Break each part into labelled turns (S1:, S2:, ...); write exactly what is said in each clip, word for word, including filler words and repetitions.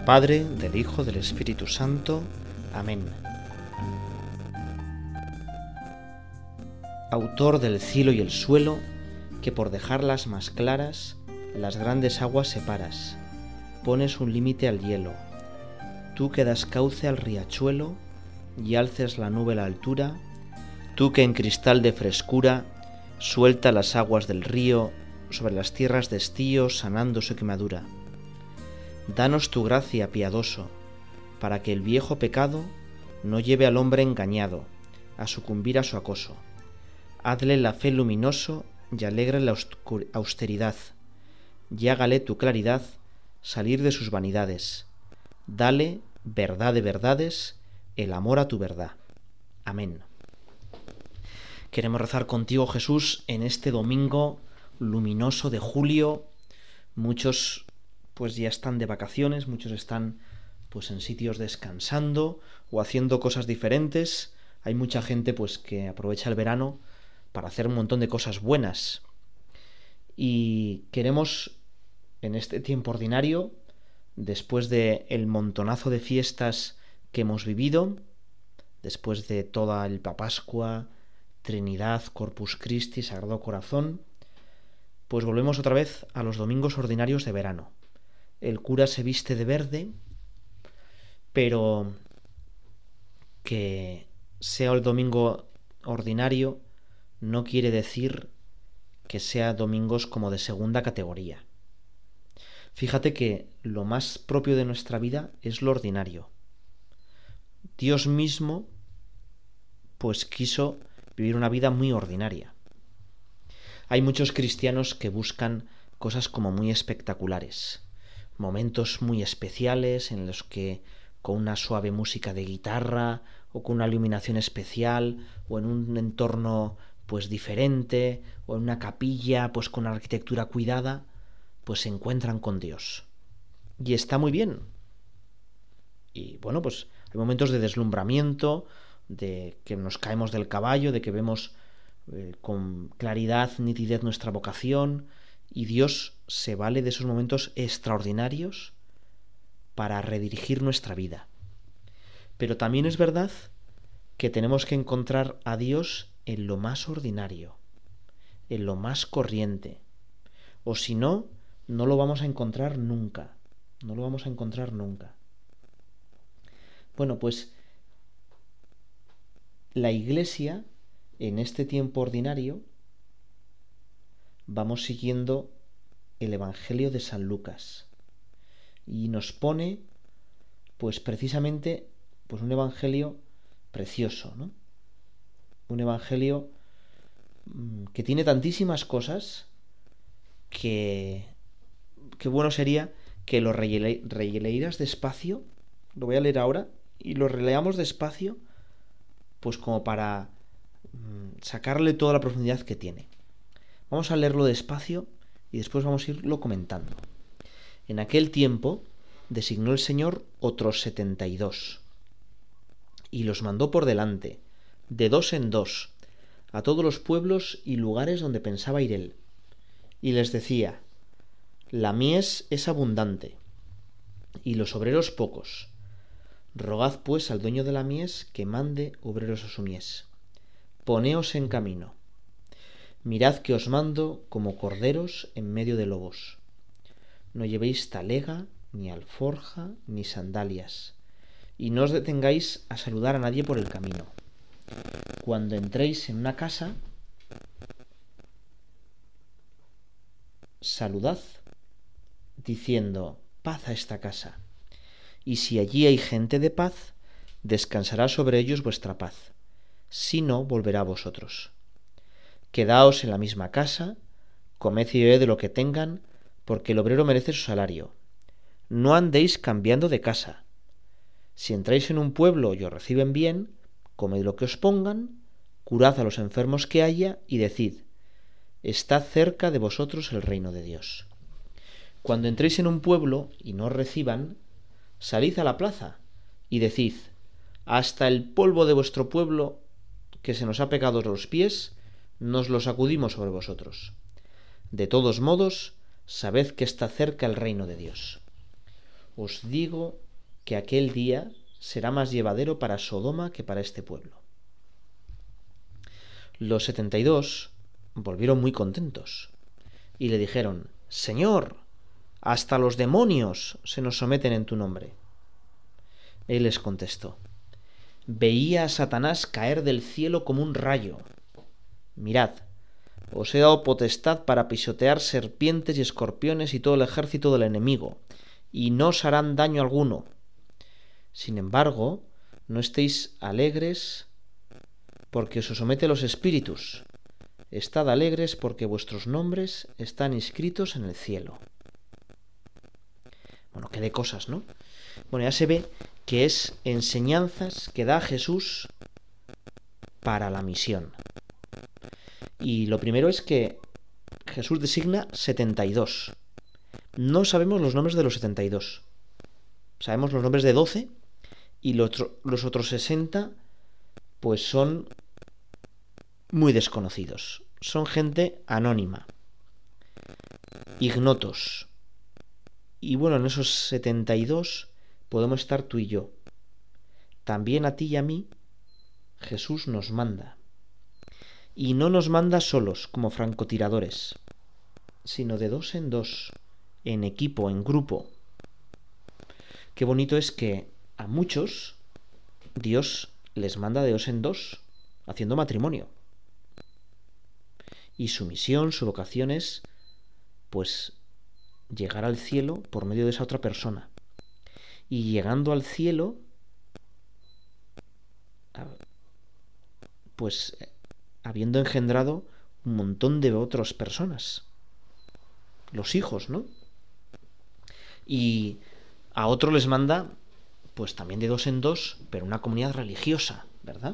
S1: Padre, del Hijo, del Espíritu Santo. Amén. Autor del cielo y el suelo, que por dejarlas más claras, las grandes aguas separas, pones un límite al hielo. Tú que das cauce al riachuelo y alces la nube a la altura, tú que en cristal de frescura suelta las aguas del río sobre las tierras de estío sanando su quemadura. Danos tu gracia, piadoso, para que el viejo pecado no lleve al hombre engañado a sucumbir a su acoso. Hazle la fe luminoso y alegre la austeridad, y hágale tu claridad salir de sus vanidades. Dale, verdad de verdades, el amor a tu verdad. Amén. Queremos rezar contigo, Jesús, en este domingo luminoso de julio. Muchos pues ya están de vacaciones, muchos están pues en sitios descansando o haciendo cosas diferentes. Hay mucha gente pues que aprovecha el verano para hacer un montón de cosas buenas. Y queremos en este tiempo ordinario, después de el montonazo de fiestas que hemos vivido, después de toda el Pascua, Trinidad, Corpus Christi, Sagrado Corazón, pues volvemos otra vez a los domingos ordinarios de verano. El cura se viste de verde, pero que sea el domingo ordinario no quiere decir que sea domingos como de segunda categoría. Fíjate que lo más propio de nuestra vida es lo ordinario. Dios mismo pues quiso vivir una vida muy ordinaria. Hay muchos cristianos que buscan cosas como muy espectaculares, momentos muy especiales en los que con una suave música de guitarra o con una iluminación especial o en un entorno pues diferente o en una capilla pues con arquitectura cuidada, pues se encuentran con Dios. Y está muy bien. Y bueno, pues hay momentos de deslumbramiento, de que nos caemos del caballo, de que vemos eh, con claridad, nitidez nuestra vocación, y Dios se vale de esos momentos extraordinarios para redirigir nuestra vida. Pero también es verdad que tenemos que encontrar a Dios en lo más ordinario, en lo más corriente, o si no, no lo vamos a encontrar nunca, no lo vamos a encontrar nunca. Bueno, pues la Iglesia, en este tiempo ordinario, vamos siguiendo el Evangelio de San Lucas y nos pone, pues precisamente, pues un Evangelio precioso, ¿no? Un Evangelio que tiene tantísimas cosas que, que bueno sería que lo rele- releyeras despacio. Lo voy a leer ahora y lo releamos despacio, pues como para mm, sacarle toda la profundidad que tiene. Vamos a leerlo despacio y después vamos a irlo comentando. En aquel tiempo designó el Señor otros setenta y dos y los mandó por delante, de dos en dos, a todos los pueblos y lugares donde pensaba ir él. Y les decía: la mies es abundante y los obreros pocos. Rogad pues al dueño de la mies que mande obreros a su mies. Poneos en camino. Mirad que os mando como corderos en medio de lobos. No llevéis talega, ni alforja, ni sandalias, y no os detengáis a saludar a nadie por el camino. Cuando entréis en una casa, saludad, diciendo: paz a esta casa. Y si allí hay gente de paz, descansará sobre ellos vuestra paz. Si no, volverá a vosotros. Quedaos en la misma casa, comed y bebed de lo que tengan, porque el obrero merece su salario. No andéis cambiando de casa. Si entráis en un pueblo y os reciben bien, comed lo que os pongan, curad a los enfermos que haya y decid: está cerca de vosotros el reino de Dios. Cuando entréis en un pueblo y no os reciban, salid a la plaza y decid: hasta el polvo de vuestro pueblo que se nos ha pegado a los pies, nos lo sacudimos sobre vosotros. De todos modos, sabed que está cerca el reino de Dios. os digo que aquel día será más llevadero para Sodoma que para este pueblo. Los setenta y dos volvieron muy contentos y le dijeron: Señor, hasta los demonios se nos someten en tu nombre. Él les contestó: veía a Satanás caer del cielo como un rayo. Mirad, os he dado potestad para pisotear serpientes y escorpiones y todo el ejército del enemigo, y no os harán daño alguno. Sin embargo, no estéis alegres porque os somete los espíritus. Estad alegres porque vuestros nombres están inscritos en el cielo. Bueno, qué de cosas, ¿no? Bueno, ya se ve que es enseñanzas que da Jesús para la misión. Y lo primero es que Jesús designa setenta y dos. No sabemos los nombres de los setenta y dos. Sabemos los nombres de doce y los, los otros sesenta pues son muy desconocidos. Son gente anónima, ignotos. Y bueno, en esos setenta y dos podemos estar tú y yo. También a ti y a mí Jesús nos manda. Y no nos manda solos, como francotiradores, sino de dos en dos, en equipo, en grupo. Qué bonito es que a muchos Dios les manda de dos en dos, haciendo matrimonio. Y su misión, su vocación es, pues, llegar al cielo por medio de esa otra persona. Y llegando al cielo, pues, habiendo engendrado un montón de otras personas. Los hijos, ¿no? Y a otro les manda, pues también de dos en dos, pero una comunidad religiosa, ¿verdad?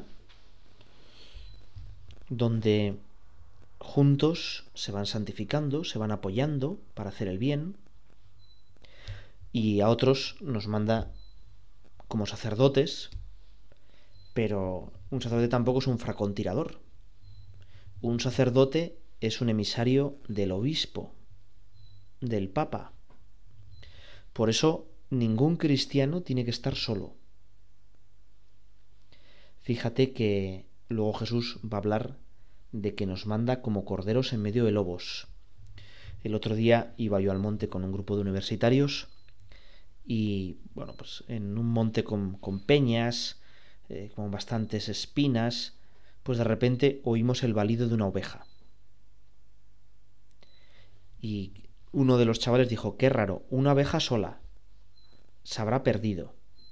S1: Donde juntos se van santificando, se van apoyando para hacer el bien. Y a otros nos manda como sacerdotes, pero un sacerdote tampoco es un francotirador. Un sacerdote es un emisario del obispo, del papa. Por eso ningún cristiano tiene que estar solo. Fíjate que luego Jesús va a hablar de que nos manda como corderos en medio de lobos. El otro día iba yo al monte con un grupo de universitarios y, bueno, pues en un monte con, con peñas, eh, con bastantes espinas, pues de repente oímos el balido de una oveja. Y uno de los chavales dijo: qué raro, una oveja sola, se habrá perdido.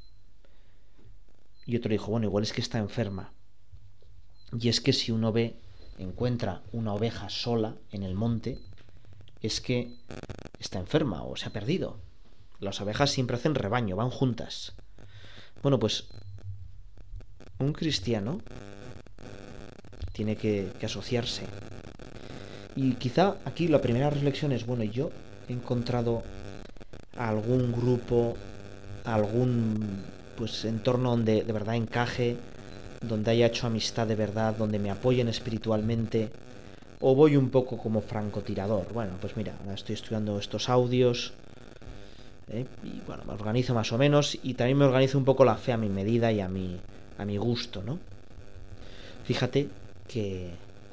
S1: Y otro dijo: bueno, igual es que está enferma. Y es que si uno ve, encuentra una oveja sola en el monte, es que está enferma o se ha perdido. Las ovejas siempre hacen rebaño, van juntas. Bueno, pues un cristiano tiene que, que asociarse. Y quizá aquí la primera reflexión es, bueno, yo he encontrado algún grupo, algún pues entorno donde de verdad encaje, donde haya hecho amistad de verdad, donde me apoyen espiritualmente, o voy un poco como francotirador. Bueno, pues mira, ahora estoy estudiando estos audios, ¿eh? Y bueno, me organizo más o menos, y también me organizo un poco la fe a mi medida y a mi, a mi gusto, ¿no? Fíjate que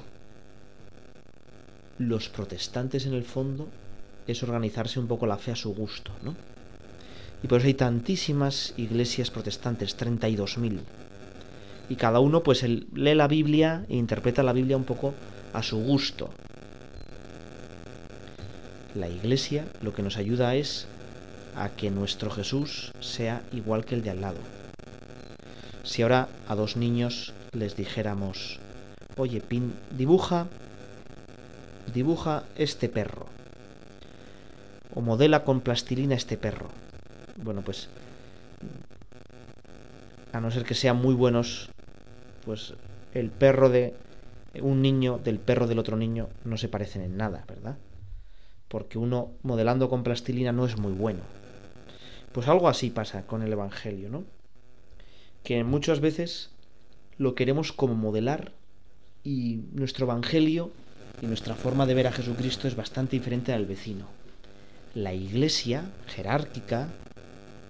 S1: los protestantes en el fondo es organizarse un poco la fe a su gusto, ¿no? Y por eso hay tantísimas iglesias protestantes, treinta y dos mil. Y cada uno pues él lee la Biblia e interpreta la Biblia un poco a su gusto. La iglesia lo que nos ayuda es a que nuestro Jesús sea igual que el de al lado. Si ahora a dos niños les dijéramos: oye, pin, dibuja, dibuja este perro, o modela con plastilina este perro. Bueno, pues a no ser que sean muy buenos, pues el perro de un niño del perro del otro niño no se parecen en nada, ¿verdad? Porque uno modelando con plastilina no es muy bueno. Pues algo así pasa con el Evangelio, ¿no? Que muchas veces lo queremos como modelar y nuestro Evangelio y nuestra forma de ver a Jesucristo es bastante diferente al vecino. La iglesia jerárquica,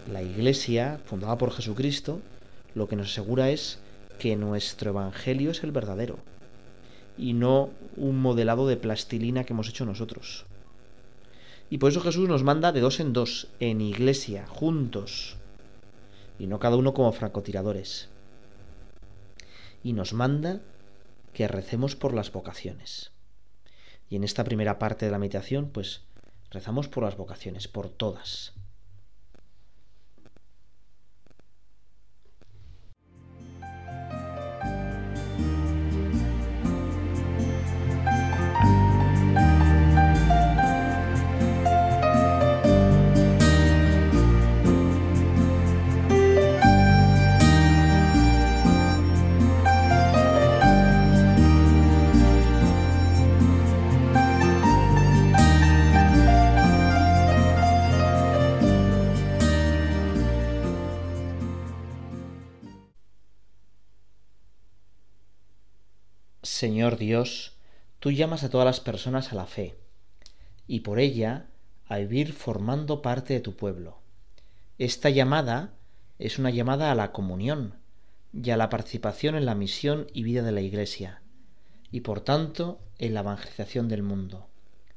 S1: La Iglesia, fundada por Jesucristo, lo que nos asegura es que nuestro Evangelio es el verdadero y no un modelado de plastilina que hemos hecho nosotros. Y por eso Jesús nos manda de dos en dos, en iglesia, juntos, y no cada uno como francotiradores. Y nos manda que recemos por las vocaciones. Y en esta primera parte de la meditación, pues rezamos por las vocaciones, por todas. Señor Dios, tú llamas a todas las personas a la fe, y por ella a vivir formando parte de tu pueblo. Esta llamada es una llamada a la comunión y a la participación en la misión y vida de la Iglesia, y por tanto en la evangelización del mundo.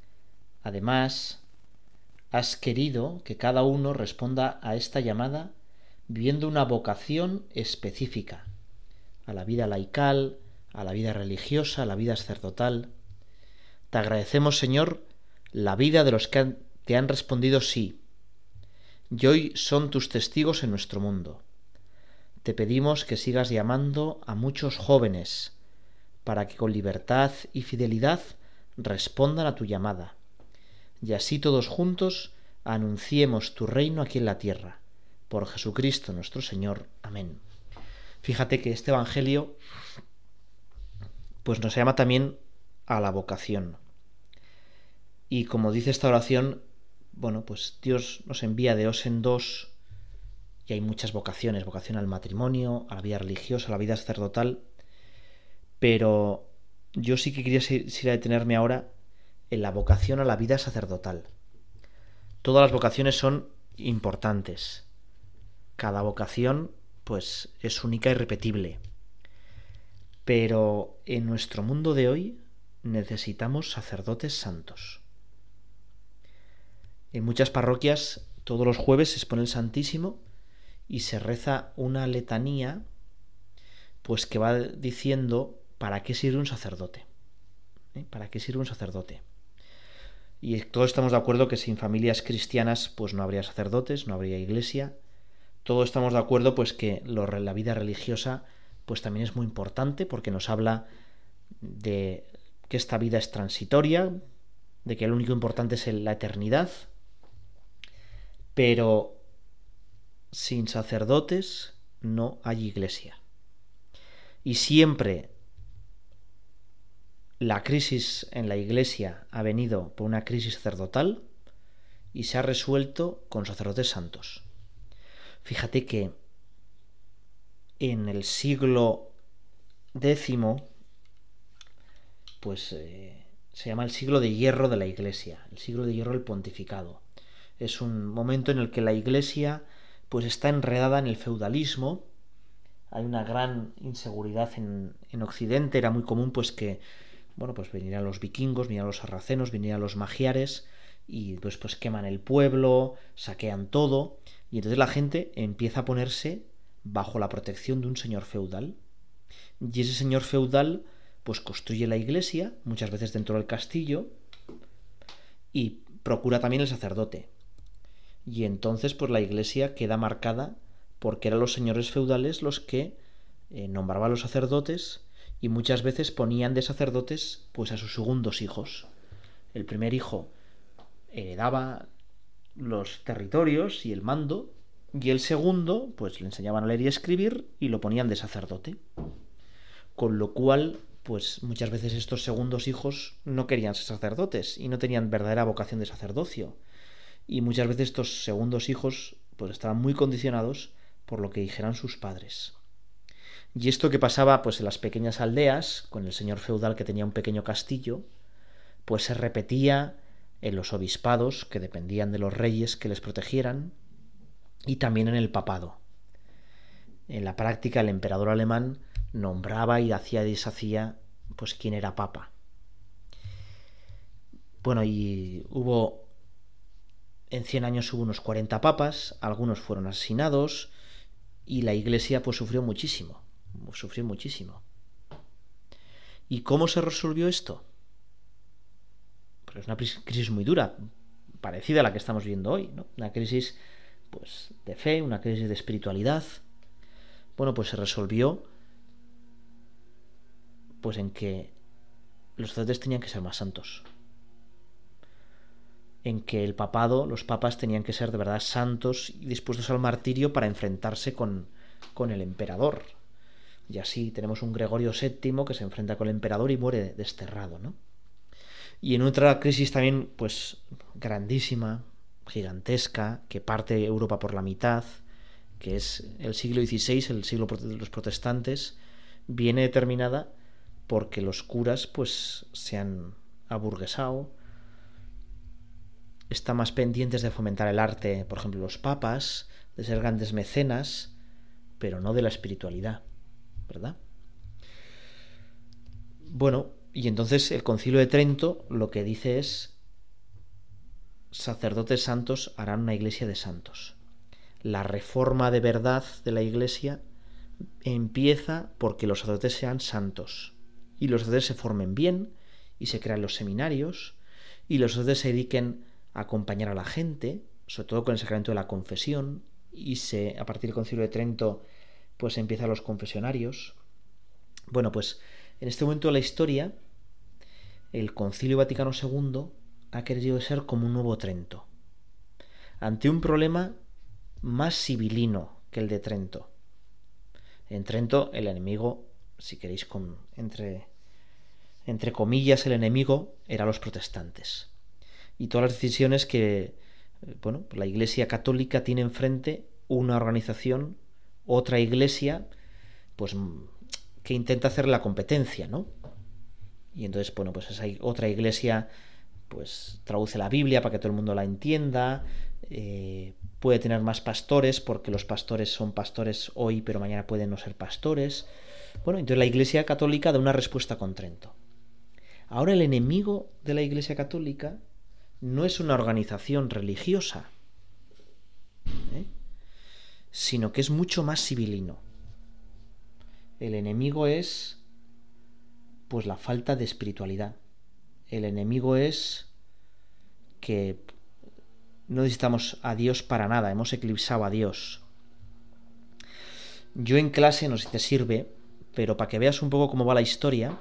S1: Además, has querido que cada uno responda a esta llamada viviendo una vocación específica, a la vida laical, a la vida religiosa, a la vida sacerdotal. Te agradecemos, Señor, la vida de los que te han respondido sí, y hoy son tus testigos en nuestro mundo. Te pedimos que sigas llamando a muchos jóvenes, para que con libertad y fidelidad respondan a tu llamada, y así todos juntos anunciemos tu reino aquí en la tierra. Por Jesucristo nuestro Señor. Amén. Fíjate que este Evangelio pues nos llama también a la vocación. Y como dice esta oración, bueno, pues Dios nos envía de dos en dos, y hay muchas vocaciones, vocación al matrimonio, a la vida religiosa, a la vida sacerdotal, pero yo sí que quería detenerme ahora en la vocación a la vida sacerdotal. Todas las vocaciones son importantes. Cada vocación, pues, es única y repetible. Pero en nuestro mundo de hoy necesitamos sacerdotes santos. En muchas parroquias todos los jueves se expone el Santísimo y se reza una letanía pues que va diciendo para qué sirve un sacerdote. ¿Eh? ¿Para qué sirve un sacerdote? Y todos estamos de acuerdo que sin familias cristianas pues no habría sacerdotes, no habría iglesia. Todos estamos de acuerdo pues que lo, la vida religiosa pues también es muy importante porque nos habla de que esta vida es transitoria, de que lo único importante es la eternidad, pero sin sacerdotes no hay iglesia. Y siempre la crisis en la iglesia ha venido por una crisis sacerdotal y se ha resuelto con sacerdotes santos. Fíjate que en el siglo décimo, pues eh, se llama el siglo de hierro de la Iglesia, el siglo de hierro del pontificado. Es un momento en el que la Iglesia pues está enredada en el feudalismo. Hay una gran inseguridad en, en Occidente. Era muy común pues que bueno pues vinieran los vikingos, vinieran los sarracenos, vinieran los magiares y pues pues queman el pueblo, saquean todo, y entonces la gente empieza a ponerse bajo la protección de un señor feudal, y ese señor feudal pues construye la iglesia, muchas veces dentro del castillo, y procura también el sacerdote, y entonces pues la iglesia queda marcada porque eran los señores feudales los que eh, nombraban a los sacerdotes, y muchas veces ponían de sacerdotes pues a sus segundos hijos. El primer hijo heredaba los territorios y el mando, y el segundo pues le enseñaban a leer y escribir y lo ponían de sacerdote, con lo cual pues muchas veces estos segundos hijos no querían ser sacerdotes y no tenían verdadera vocación de sacerdocio, y muchas veces estos segundos hijos pues estaban muy condicionados por lo que dijeran sus padres. Y esto que pasaba pues en las pequeñas aldeas con el señor feudal que tenía un pequeño castillo, pues se repetía en los obispados que dependían de los reyes que les protegieran, y también en el papado. En la práctica, el emperador alemán nombraba y hacía y deshacía pues quién era papa. Bueno, y hubo en cien años hubo unos cuarenta papas, algunos fueron asesinados y la Iglesia pues sufrió muchísimo, sufrió muchísimo. ¿Y cómo se resolvió esto? Pues es una crisis muy dura, parecida a la que estamos viendo hoy, ¿no? Una crisis pues de fe, una crisis de espiritualidad. Bueno, pues se resolvió pues en que los sacerdotes tenían que ser más santos, en que el papado, los papas tenían que ser de verdad santos y dispuestos al martirio para enfrentarse con, con el emperador. Y así tenemos un Gregorio séptimo que se enfrenta con el emperador y muere desterrado, ¿no? Y en otra crisis también, pues, grandísima, gigantesca, que parte Europa por la mitad, que es el siglo dieciséis, el siglo de los protestantes, viene determinada porque los curas, pues, se han aburguesado, están más pendientes de fomentar el arte, por ejemplo, los papas, de ser grandes mecenas, pero no de la espiritualidad, ¿verdad? Bueno, y entonces el Concilio de Trento lo que dice es: sacerdotes santos harán una iglesia de santos. La reforma de verdad de la iglesia empieza porque los sacerdotes sean santos y los sacerdotes se formen bien y se crean los seminarios y los sacerdotes se dediquen a acompañar a la gente, sobre todo con el sacramento de la confesión, y se, a partir del Concilio de Trento pues empiezan los confesionarios. Bueno, pues en este momento de la historia el Concilio Vaticano segundo ha querido ser como un nuevo Trento, ante un problema más sibilino que el de Trento. En Trento el enemigo, si queréis con, entre, entre comillas, el enemigo eran los protestantes. Y todas las decisiones que, bueno, la Iglesia Católica tiene enfrente una organización, otra iglesia, pues que intenta hacer la competencia, ¿no? Y entonces, bueno, pues esa otra iglesia pues traduce la Biblia para que todo el mundo la entienda, eh, puede tener más pastores porque los pastores son pastores hoy pero mañana pueden no ser pastores. Bueno, entonces la Iglesia Católica da una respuesta con Trento. Ahora el enemigo de la Iglesia Católica no es una organización religiosa, ¿eh? sino que es mucho más sibilino. El enemigo es pues la falta de espiritualidad. El enemigo es que no necesitamos a Dios para nada, hemos eclipsado a Dios. Yo en clase, no sé si te sirve, pero para que veas un poco cómo va la historia,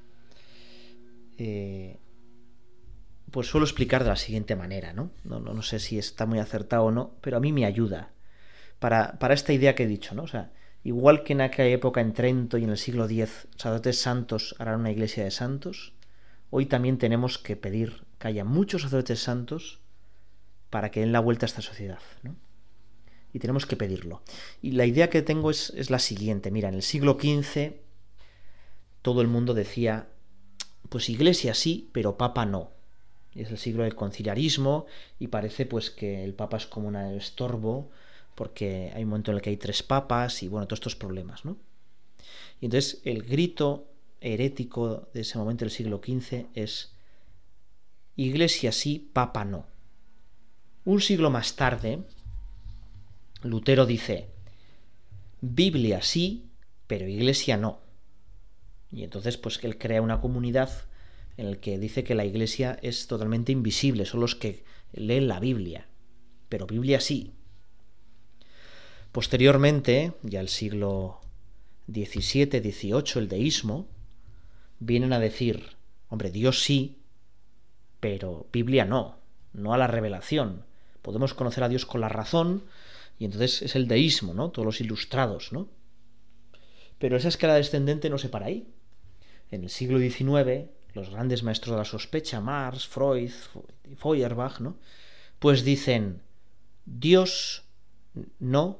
S1: eh, pues suelo explicar de la siguiente manera, ¿no? No, no, no sé si está muy acertado o no, pero a mí me ayuda para, para esta idea que he dicho, ¿no? O sea, igual que en aquella época en Trento y en el siglo diez, sacerdotes santos harán una iglesia de santos, hoy también tenemos que pedir que haya muchos sacerdotes santos para que den la vuelta a esta sociedad, ¿no? Y tenemos que pedirlo. Y la idea que tengo es, es la siguiente. Mira, en el siglo quince todo el mundo decía, pues iglesia sí, pero papa no. Y es el siglo del conciliarismo y parece pues que el papa es como un estorbo porque hay un momento en el que hay tres papas y bueno, todos estos problemas, ¿no? Y entonces el grito herético de ese momento del siglo quince es iglesia sí, papa no. Un siglo más tarde, Lutero dice Biblia sí, pero iglesia no. Y entonces pues él crea una comunidad en la que dice que la iglesia es totalmente invisible, son los que leen la Biblia, pero Biblia sí. Posteriormente, ya el siglo diecisiete, dieciocho, el deísmo, vienen a decir, hombre, Dios sí, pero Biblia no, no a la revelación. Podemos conocer a Dios con la razón, y entonces es el deísmo, ¿no? Todos los ilustrados, ¿no? Pero esa escala descendente no se para ahí. En el siglo diecinueve, los grandes maestros de la sospecha, Marx, Freud, Feuerbach, ¿no? Pues dicen, Dios no,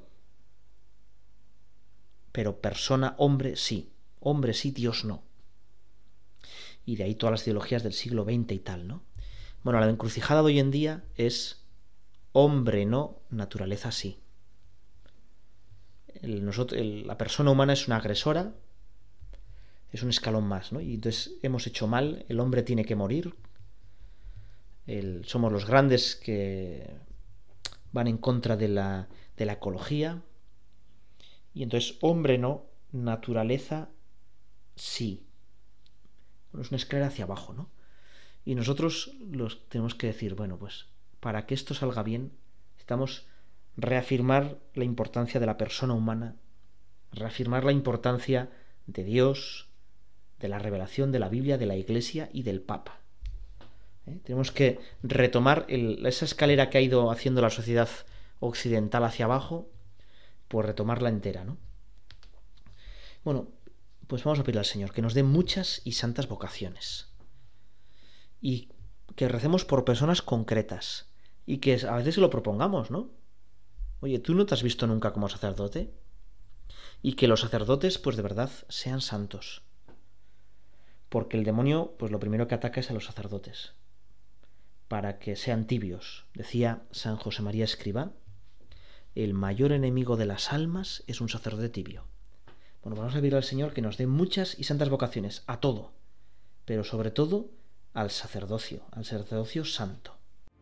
S1: pero persona, hombre sí. Hombre sí, Dios no. Y de ahí todas las ideologías del siglo veinte y tal, ¿no? Bueno, la encrucijada de hoy en día es hombre no, naturaleza sí. el, nosotros, el, la persona humana es una agresora, es un escalón más, ¿no? Y entonces hemos hecho mal, el hombre tiene que morir, el, somos los grandes que van en contra de la, de la ecología, y entonces hombre no, naturaleza sí. Bueno, es una escalera hacia abajo, ¿no? Y nosotros los tenemos que decir, bueno, pues para que esto salga bien, necesitamos reafirmar la importancia de la persona humana, reafirmar la importancia de Dios, de la revelación de la Biblia, de la Iglesia y del Papa. ¿Eh? Tenemos que retomar el, esa escalera que ha ido haciendo la sociedad occidental hacia abajo, pues retomarla entera, ¿no? Bueno, pues vamos a pedirle al Señor que nos dé muchas y santas vocaciones. Y que recemos por personas concretas. Y que a veces se lo propongamos, ¿no? Oye, ¿tú no te has visto nunca como sacerdote? Y que los sacerdotes, pues de verdad, sean santos. Porque el demonio, pues lo primero que ataca es a los sacerdotes. Para que sean tibios. Decía San José María Escrivá, el mayor enemigo de las almas es un sacerdote tibio. Bueno, vamos a pedir al Señor que nos dé muchas y santas vocaciones, a todo, pero sobre todo al sacerdocio, al sacerdocio santo.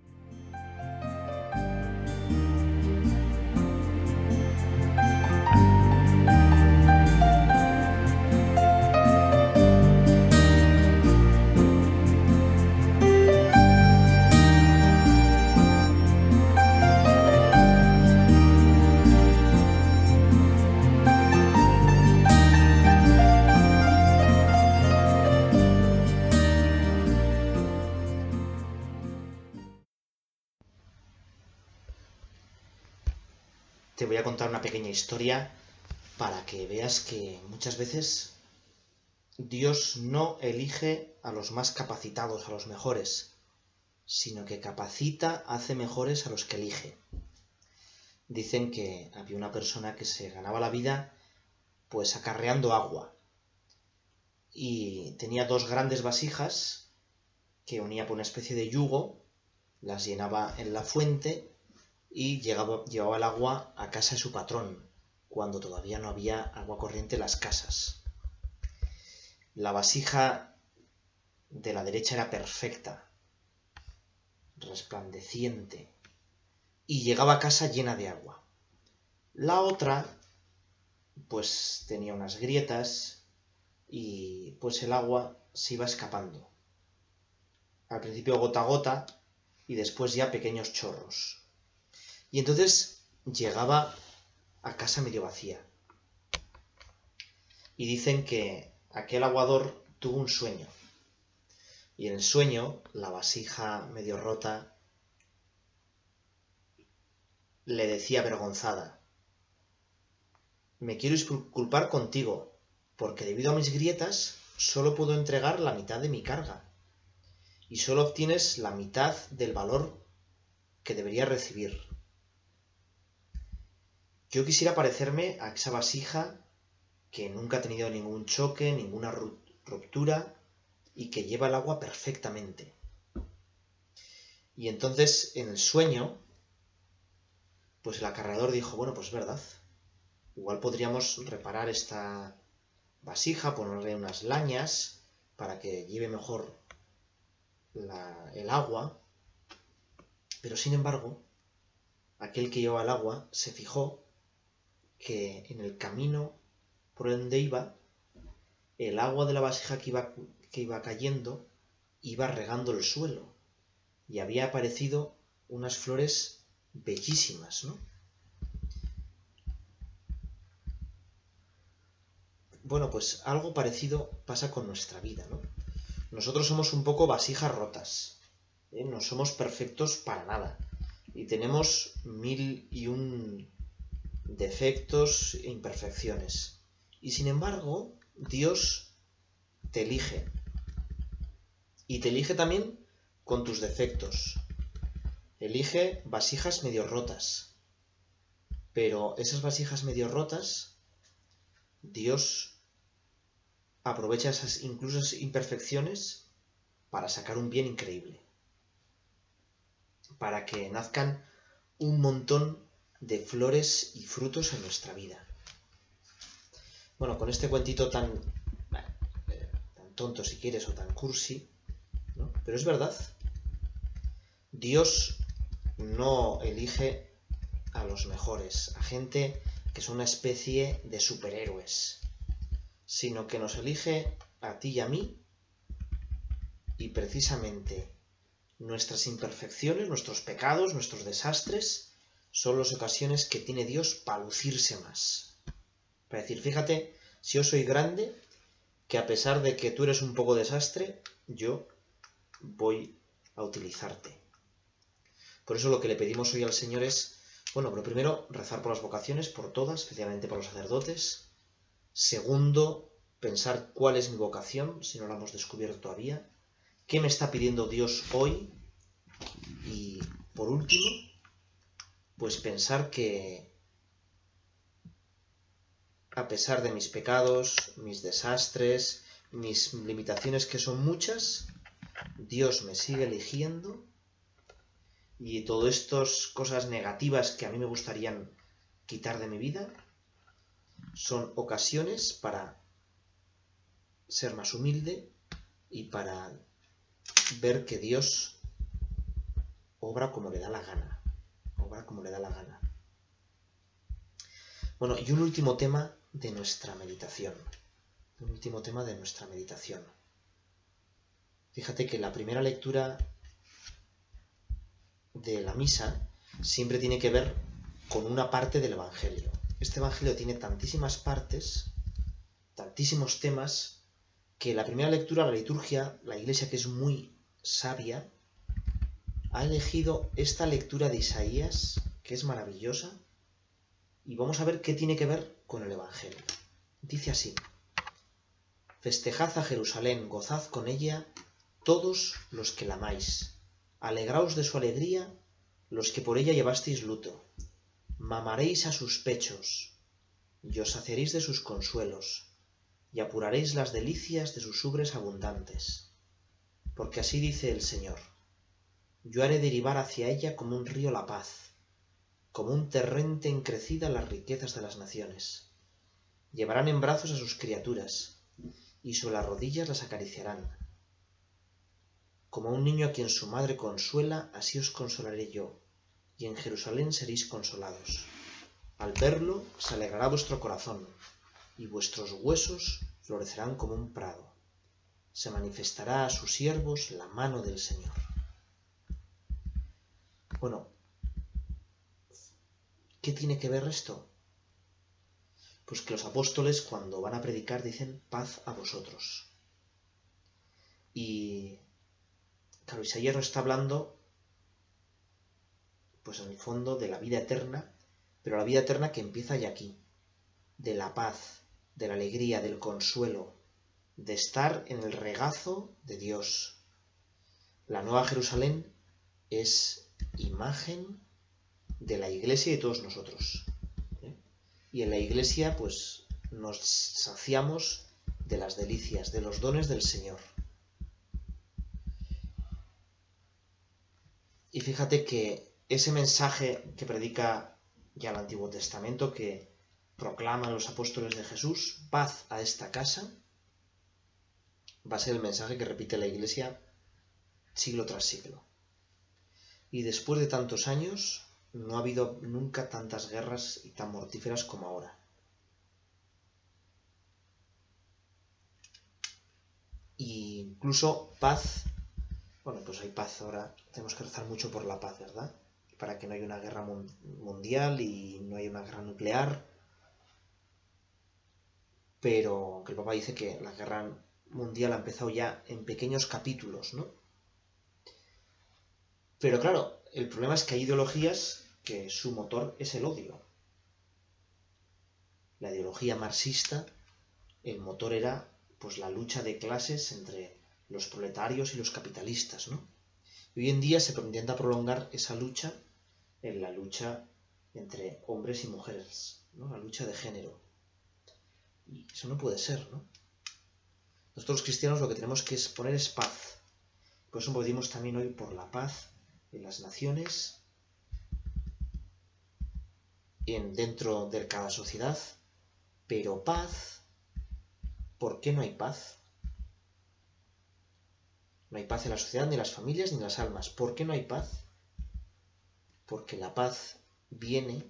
S1: Te voy a contar una pequeña historia para que veas que muchas veces Dios no elige a los más capacitados, a los mejores, sino que capacita, hace mejores a los que elige. Dicen que había una persona que se ganaba la vida pues acarreando agua y tenía dos grandes vasijas que unía por una especie de yugo, las llenaba en la fuente y llegaba, llevaba el agua a casa de su patrón, cuando todavía no había agua corriente en las casas. La vasija de la derecha era perfecta, resplandeciente, y llegaba a casa llena de agua. La otra, pues tenía unas grietas y pues el agua se iba escapando. Al principio gota a gota y después ya pequeños chorros. Y entonces llegaba a casa medio vacía. Y dicen que aquel aguador tuvo un sueño. Y en el sueño, la vasija medio rota le decía avergonzada: me quiero disculpar contigo, porque debido a mis grietas solo puedo entregar la mitad de mi carga. Y solo obtienes la mitad del valor que deberías recibir. Yo quisiera parecerme a esa vasija que nunca ha tenido ningún choque, ninguna ruptura y que lleva el agua perfectamente. Y entonces, en el sueño, pues el acarreador dijo, bueno, pues es verdad, igual podríamos reparar esta vasija, ponerle unas lañas para que lleve mejor la, el agua, pero sin embargo, aquel que llevaba el agua se fijó que en el camino por donde iba, el agua de la vasija que iba, que iba cayendo iba regando el suelo y había aparecido unas flores bellísimas, ¿no? Bueno, pues algo parecido pasa con nuestra vida, ¿no? Nosotros somos un poco vasijas rotas, ¿eh? No somos perfectos para nada y tenemos mil y un defectos e imperfecciones. Y sin embargo, Dios te elige. Y te elige también con tus defectos. Elige vasijas medio rotas. Pero esas vasijas medio rotas, Dios aprovecha esas incluso esas imperfecciones para sacar un bien increíble. Para que nazcan un montón de flores y frutos en nuestra vida. Bueno, con este cuentito tan, eh, tan tonto si quieres o tan cursi, ¿no? Pero es verdad. Dios no elige a los mejores, a gente que son una especie de superhéroes, sino que nos elige a ti y a mí, y precisamente nuestras imperfecciones, nuestros pecados, nuestros desastres son las ocasiones que tiene Dios para lucirse más. Para decir, fíjate, si yo soy grande, que a pesar de que tú eres un poco desastre, yo voy a utilizarte. Por eso lo que le pedimos hoy al Señor es, bueno, pero primero, rezar por las vocaciones, por todas, especialmente por los sacerdotes. Segundo, pensar cuál es mi vocación, si no la hemos descubierto todavía. ¿Qué me está pidiendo Dios hoy? Y, por último, pues pensar que, a pesar de mis pecados, mis desastres, mis limitaciones, que son muchas, Dios me sigue eligiendo, y todas estas cosas negativas que a mí me gustaría quitar de mi vida son ocasiones para ser más humilde y para ver que Dios obra como le da la gana. Obra como le da la gana. Bueno, y un último tema de nuestra meditación. Un último tema de nuestra meditación. Fíjate que la primera lectura de la misa siempre tiene que ver con una parte del Evangelio. Este Evangelio tiene tantísimas partes, tantísimos temas, que la primera lectura, la liturgia, la Iglesia, que es muy sabia, ha elegido esta lectura de Isaías, que es maravillosa, y vamos a ver qué tiene que ver con el Evangelio. Dice así: festejad a Jerusalén, gozad con ella todos los que la amáis. Alegraos de su alegría los que por ella llevasteis luto. Mamaréis a sus pechos, y os saciaréis de sus consuelos, y apuraréis las delicias de sus ubres abundantes. Porque así dice el Señor: yo haré derivar hacia ella como un río la paz, como un torrente en crecida las riquezas de las naciones. Llevarán en brazos a sus criaturas, y sobre las rodillas las acariciarán. Como a un niño a quien su madre consuela, así os consolaré yo, y en Jerusalén seréis consolados. Al verlo se alegrará vuestro corazón, y vuestros huesos florecerán como un prado. Se manifestará a sus siervos la mano del Señor. Bueno, ¿qué tiene que ver esto? Pues que los apóstoles, cuando van a predicar, dicen paz a vosotros. Y claro, Isaías nos está hablando, pues en el fondo, de la vida eterna, pero la vida eterna que empieza ya aquí, de la paz, de la alegría, del consuelo, de estar en el regazo de Dios. La Nueva Jerusalén es imagen de la Iglesia y de todos nosotros. ¿eh? Y en la Iglesia, pues, nos saciamos de las delicias, de los dones del Señor. Y fíjate que ese mensaje que predica ya el Antiguo Testamento, que proclaman los apóstoles de Jesús, paz a esta casa, va a ser el mensaje que repite la Iglesia siglo tras siglo. Y después de tantos años, no ha habido nunca tantas guerras y tan mortíferas como ahora. Y incluso paz, bueno, pues hay paz ahora, tenemos que rezar mucho por la paz, ¿verdad? Para que no haya una guerra mundial y no haya una guerra nuclear. Pero aunque el Papa dice que la guerra mundial ha empezado ya en pequeños capítulos, ¿no? Pero claro, el problema es que hay ideologías que su motor es el odio. La ideología marxista, el motor era pues la lucha de clases entre los proletarios y los capitalistas, ¿no? Y hoy en día se intenta prolongar esa lucha en la lucha entre hombres y mujeres, ¿no? La lucha de género. Y eso no puede ser, ¿no? Nosotros los cristianos lo que tenemos que exponer es paz. Por eso pedimos también hoy por la paz en las naciones, en, dentro de cada sociedad, pero paz ¿por qué no hay paz? No hay paz en la sociedad, ni en las familias, ni en las almas. ¿Por qué no hay paz? Porque la paz viene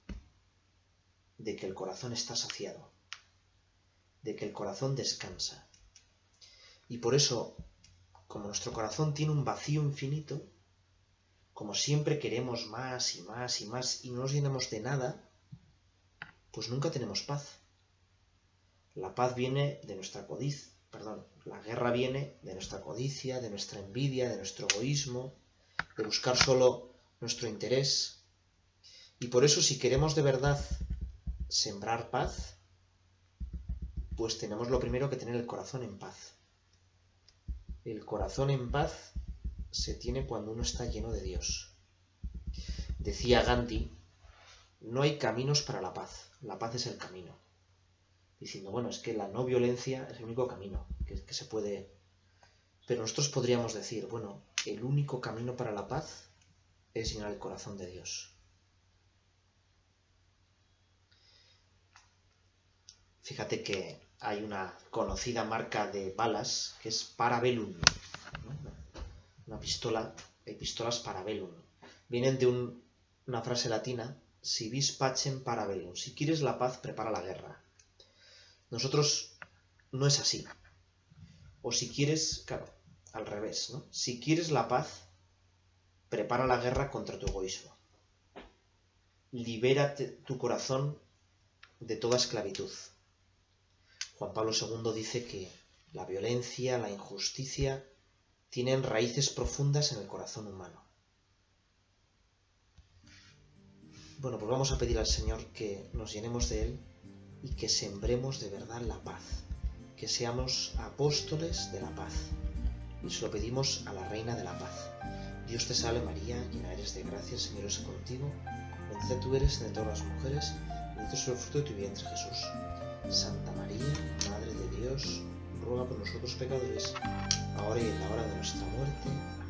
S1: de que el corazón está saciado, de que el corazón descansa. Y por eso, como nuestro corazón tiene un vacío infinito, como siempre queremos más y más y más y no nos llenamos de nada, pues nunca tenemos paz. La paz viene de nuestra codicia, perdón, la guerra viene de nuestra codicia, de nuestra envidia, de nuestro egoísmo, de buscar solo nuestro interés. Y por eso, si queremos de verdad sembrar paz, pues tenemos lo primero que tener el corazón en paz. El corazón en paz se tiene cuando uno está lleno de Dios. Decía Gandhi, no hay caminos para la paz, la paz es el camino. Diciendo, bueno, es que la no violencia es el único camino que, que se puede... Pero nosotros podríamos decir, bueno, el único camino para la paz es llenar el corazón de Dios. Fíjate que hay una conocida marca de balas que es Parabellum, ¿no? Una pistola, hay pistolas Parabellum. Vienen de un, una frase latina, si vis pacem parabellum, si quieres la paz, prepara la guerra. Nosotros no es así. O si quieres, claro, al revés, ¿no? Si quieres la paz, prepara la guerra contra tu egoísmo. Libérate tu corazón de toda esclavitud. Juan Pablo segundo dice que la violencia, la injusticia, tienen raíces profundas en el corazón humano. Bueno, pues vamos a pedir al Señor que nos llenemos de Él y que sembremos de verdad la paz, que seamos apóstoles de la paz. Y se lo pedimos a la Reina de la Paz. Dios te salve María, llena eres de gracia, el Señor es contigo, bendita tú eres entre todas las mujeres, bendito es el fruto de tu vientre Jesús. Santa María, Madre de Dios, ruega por nosotros pecadores, ahora y en la hora de nuestra muerte.